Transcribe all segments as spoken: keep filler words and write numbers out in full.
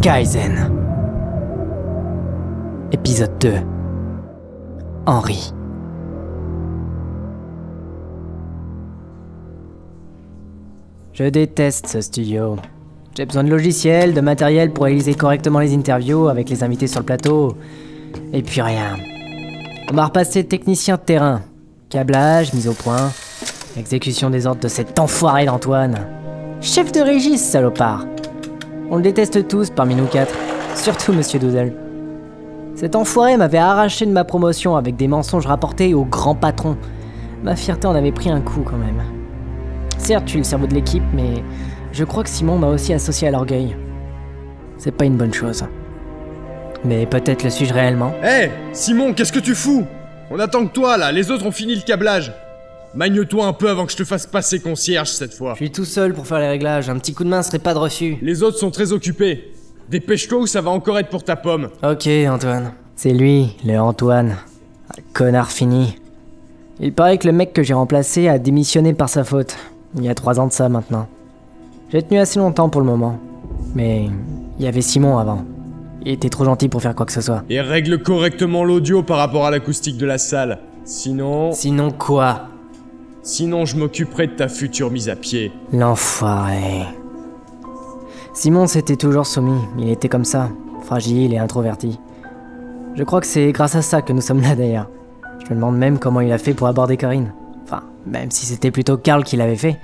Kaizen. Épisode deux. Henri. Je déteste ce studio. J'ai besoin de logiciels, de matériel pour réaliser correctement les interviews avec les invités sur le plateau. Et puis rien. On m'a repassé technicien de terrain. Câblage, mise au point, exécution des ordres de cet enfoiré d'Antoine. Chef de régie, ce salopard. On le déteste tous parmi nous quatre, surtout Monsieur Doodle. Cet enfoiré m'avait arraché de ma promotion avec des mensonges rapportés au grand patron. Ma fierté en avait pris un coup quand même. Certes, je suis le cerveau de l'équipe, mais je crois que Simon m'a aussi associé à l'orgueil. C'est pas une bonne chose. Mais peut-être le suis-je réellement. Hé hey, Simon, qu'est-ce que tu fous? On attend que toi là, les autres ont fini le câblage. Magne-toi un peu avant que je te fasse passer concierge cette fois. Je suis tout seul pour faire les réglages, un petit coup de main serait pas de refus. Les autres sont très occupés. Dépêche-toi ou ça va encore être pour ta pomme. Ok Antoine. C'est lui, le Antoine. Un connard fini. Il paraît que le mec que j'ai remplacé a démissionné par sa faute. Il y a trois ans de ça maintenant. J'ai tenu assez longtemps pour le moment. Mais il y avait Simon avant. Il était trop gentil pour faire quoi que ce soit. Et règle correctement l'audio par rapport à l'acoustique de la salle. Sinon... Sinon quoi? Sinon je m'occuperai de ta future mise à pied. L'enfoiré. Simon s'était toujours soumis. Il était comme ça. Fragile et introverti. Je crois que c'est grâce à ça que nous sommes là d'ailleurs. Je me demande même comment il a fait pour aborder Karine. Enfin, même si c'était plutôt Karl qui l'avait fait.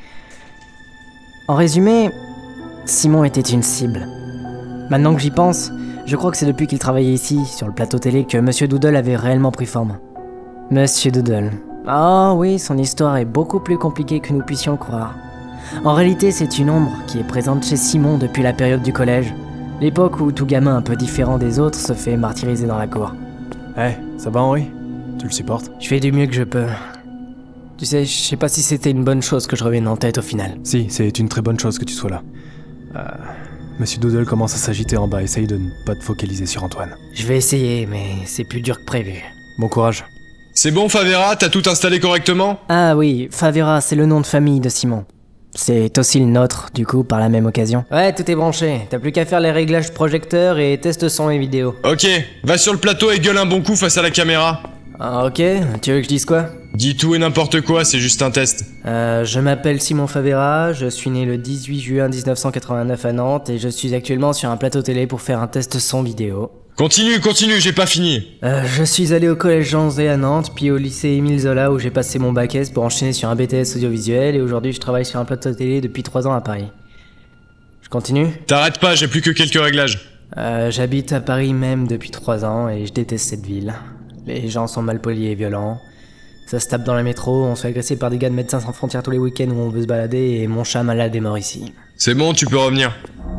En résumé, Simon était une cible. Maintenant que j'y pense, je crois que c'est depuis qu'il travaillait ici, sur le plateau télé, que Monsieur Doodle avait réellement pris forme. Monsieur Doodle. Ah oui, son histoire est beaucoup plus compliquée que nous puissions le croire. En réalité, c'est une ombre qui est présente chez Simon depuis la période du collège. L'époque où tout gamin un peu différent des autres se fait martyriser dans la cour. Eh, hey, ça va Henri? Tu le supportes? Je fais du mieux que je peux. Tu sais, je sais pas si c'était une bonne chose que je revienne en tête au final. Si, c'est une très bonne chose que tu sois là. Euh, Monsieur Doodle commence à s'agiter en bas, essaye de ne pas te focaliser sur Antoine. Je vais essayer, mais c'est plus dur que prévu. Bon courage. C'est bon Favera, t'as tout installé correctement? Ah oui, Favera, c'est le nom de famille de Simon. C'est aussi le nôtre, du coup, par la même occasion. Ouais, tout est branché. T'as plus qu'à faire les réglages projecteurs et test son et vidéo. Ok, va sur le plateau et gueule un bon coup face à la caméra. Ah, ok, tu veux que je dise quoi? Dis tout et n'importe quoi, c'est juste un test. Euh, je m'appelle Simon Favera, je suis né le dix-huit juin dix-neuf cent quatre-vingt-neuf à Nantes et je suis actuellement sur un plateau télé pour faire un test son vidéo. Continue, continue, j'ai pas fini. Euh, je suis allé au collège Jean Zay à Nantes, puis au lycée Émile Zola où j'ai passé mon bac S pour enchaîner sur un B T S audiovisuel et aujourd'hui je travaille sur un plateau télé depuis trois ans à Paris. Je continue? T'arrêtes pas, j'ai plus que quelques réglages. Euh, j'habite à Paris même depuis trois ans et je déteste cette ville. Les gens sont malpolis et violents. Ça se tape dans le métro, on se fait agresser par des gars de Médecins Sans Frontières tous les week-ends où on veut se balader et mon chat malade est mort ici. C'est bon, tu peux revenir.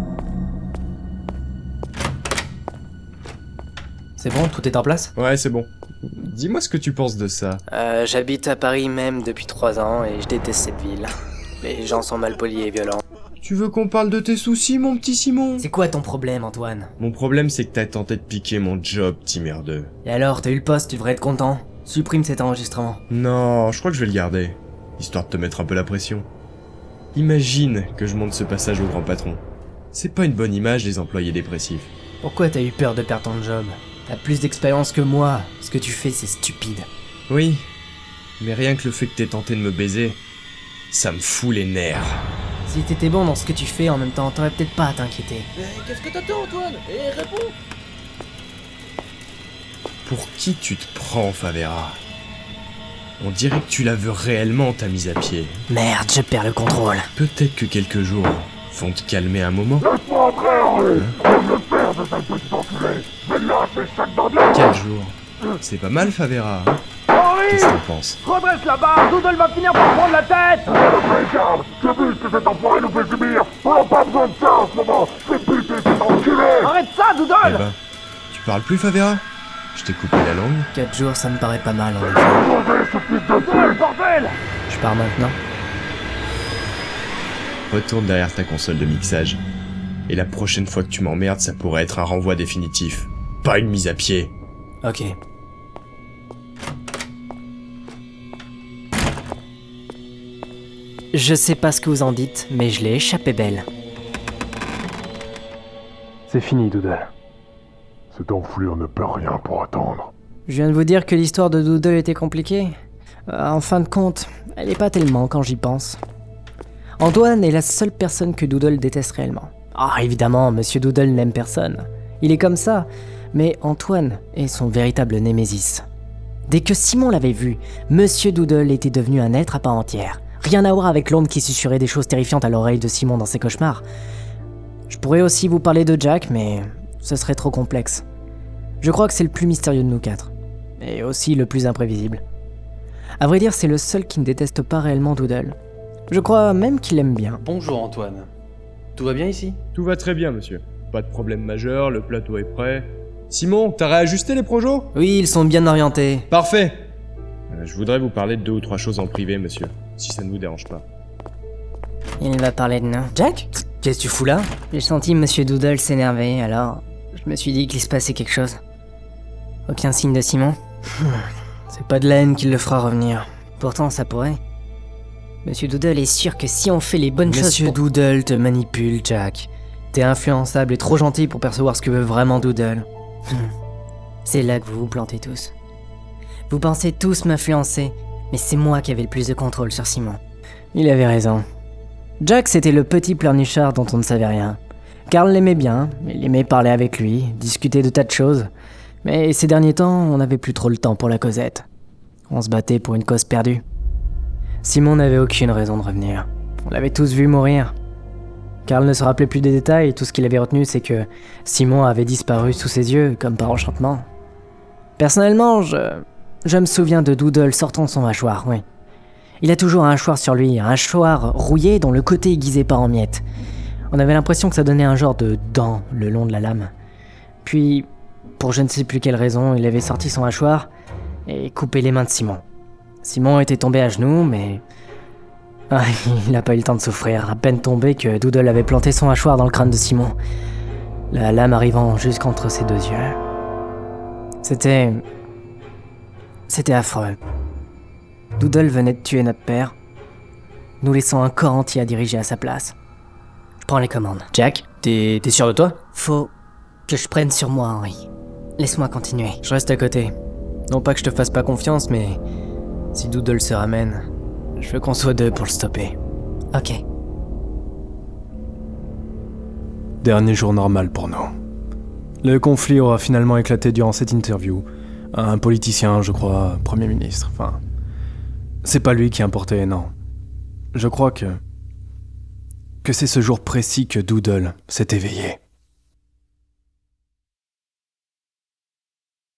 C'est bon, tout est en place? Ouais, c'est bon. Dis-moi ce que tu penses de ça. Euh, j'habite à Paris même depuis trois ans et je déteste cette ville. Les gens sont malpolis et violents. Tu veux qu'on parle de tes soucis, mon petit Simon? C'est quoi ton problème, Antoine? Mon problème, c'est que t'as tenté de piquer mon job, petit merdeux. Et alors, t'as eu le poste, tu devrais être content. Supprime cet enregistrement. Non, je crois que je vais le garder. Histoire de te mettre un peu la pression. Imagine que je monte ce passage au grand patron. C'est pas une bonne image des employés dépressifs. Pourquoi t'as eu peur de perdre ton job? T'as plus d'expérience que moi. Ce que tu fais, c'est stupide. Oui, mais rien que le fait que t'aies tenté de me baiser, ça me fout les nerfs. Si t'étais bon dans ce que tu fais en même temps, t'aurais peut-être pas à t'inquiéter. Mais qu'est-ce que t'attends, Antoine? Et réponds! Pour qui tu te prends, Favera? On dirait que tu la veux réellement, ta mise à pied. Merde, je perds le contrôle. Peut-être que quelques jours vont te calmer un moment. Laisse-moi entrer, Henri! Je vais me le faire de ta petite enculée! Je vais lâcher chaque bandit! Quel jour? C'est pas mal, Favera, hein? Henri! Qu'est-ce que t'en penses? Redresse la barre! Doodle va finir par prendre la tête! Regarde! Tu as vu ce que cet enfoiré nous fait subir? On n'a pas besoin de ça en ce moment! Je vais buter cet enculé! Arrête ça, Eh Doodle! ben, tu parles plus, Favera? Je t'ai coupé la langue. Quatre jours, ça me paraît pas mal, en effet. Posez ce fils de Doodle, pute! bordel! Je pars maintenant. Retourne derrière ta console de mixage. Et la prochaine fois que tu m'emmerdes, ça pourrait être un renvoi définitif. Pas une mise à pied. Ok. Je sais pas ce que vous en dites, mais je l'ai échappé belle. C'est fini, Doodle. Cette enflure ne peut rien pour attendre. Je viens de vous dire que l'histoire de Doodle était compliquée. Euh, en fin de compte, elle est pas tellement quand j'y pense. Antoine est la seule personne que Doodle déteste réellement. Ah, évidemment, Monsieur Doodle n'aime personne. Il est comme ça. Mais Antoine est son véritable némésis. Dès que Simon l'avait vu, Monsieur Doodle était devenu un être à part entière. Rien à voir avec l'ombre qui susurrait des choses terrifiantes à l'oreille de Simon dans ses cauchemars. Je pourrais aussi vous parler de Jack, mais ce serait trop complexe. Je crois que c'est le plus mystérieux de nous quatre. Et aussi le plus imprévisible. À vrai dire, c'est le seul qui ne déteste pas réellement Doodle. Je crois même qu'il l'aime bien. Bonjour Antoine. Tout va bien ici? Tout va très bien, monsieur. Pas de problème majeur, le plateau est prêt. Simon, t'as réajusté les projos? Oui, ils sont bien orientés. Parfait. Euh, je voudrais vous parler de deux ou trois choses en privé, monsieur, si ça ne vous dérange pas. Il va parler de nous. Jack? Qu'est-ce que tu fous là? J'ai senti Monsieur Doodle s'énerver, alors je me suis dit qu'il se passait quelque chose. Aucun signe de Simon? C'est pas de la haine qui le fera revenir. Pourtant, ça pourrait. Monsieur Doodle est sûr que si on fait les bonnes choses... Monsieur Doodle te manipule, Jack. T'es influençable et trop gentil pour percevoir ce que veut vraiment Doodle. C'est là que vous vous plantez tous. Vous pensez tous m'influencer, mais c'est moi qui avais le plus de contrôle sur Simon. Il avait raison. Jack, c'était le petit pleurnichard dont on ne savait rien. Carl l'aimait bien, il aimait parler avec lui, discuter de tas de choses. Mais ces derniers temps, on n'avait plus trop le temps pour la causette. On se battait pour une cause perdue. Simon n'avait aucune raison de revenir. On l'avait tous vu mourir. Carl ne se rappelait plus des détails, et tout ce qu'il avait retenu, c'est que Simon avait disparu sous ses yeux, comme par enchantement. Personnellement, je... je me souviens de Doodle sortant de son hachoir, oui. Il a toujours un hachoir sur lui, un hachoir rouillé dont le côté aiguisé part en miettes. On avait l'impression que ça donnait un genre de dent le long de la lame. Puis, pour je ne sais plus quelle raison, il avait sorti son hachoir et coupé les mains de Simon. Simon était tombé à genoux, mais... Ah, il n'a pas eu le temps de souffrir. À peine tombé que Doodle avait planté son hachoir dans le crâne de Simon, la lame arrivant jusqu'entre ses deux yeux. C'était... C'était affreux. Doodle venait de tuer notre père, nous laissant un corps entier à diriger à sa place. Je prends les commandes. Jack, t'es, t'es sûr de toi? Faut que je prenne sur moi, Henry. Laisse-moi continuer. Je reste à côté. Non pas que je te fasse pas confiance, mais... si Doodle se ramène, je veux qu'on soit deux pour le stopper. Ok. Dernier jour normal pour nous. Le conflit aura finalement éclaté durant cette interview. Un politicien, je crois, Premier ministre, enfin... C'est pas lui qui importait, non. Je crois que... que c'est ce jour précis que Doodle s'est éveillé.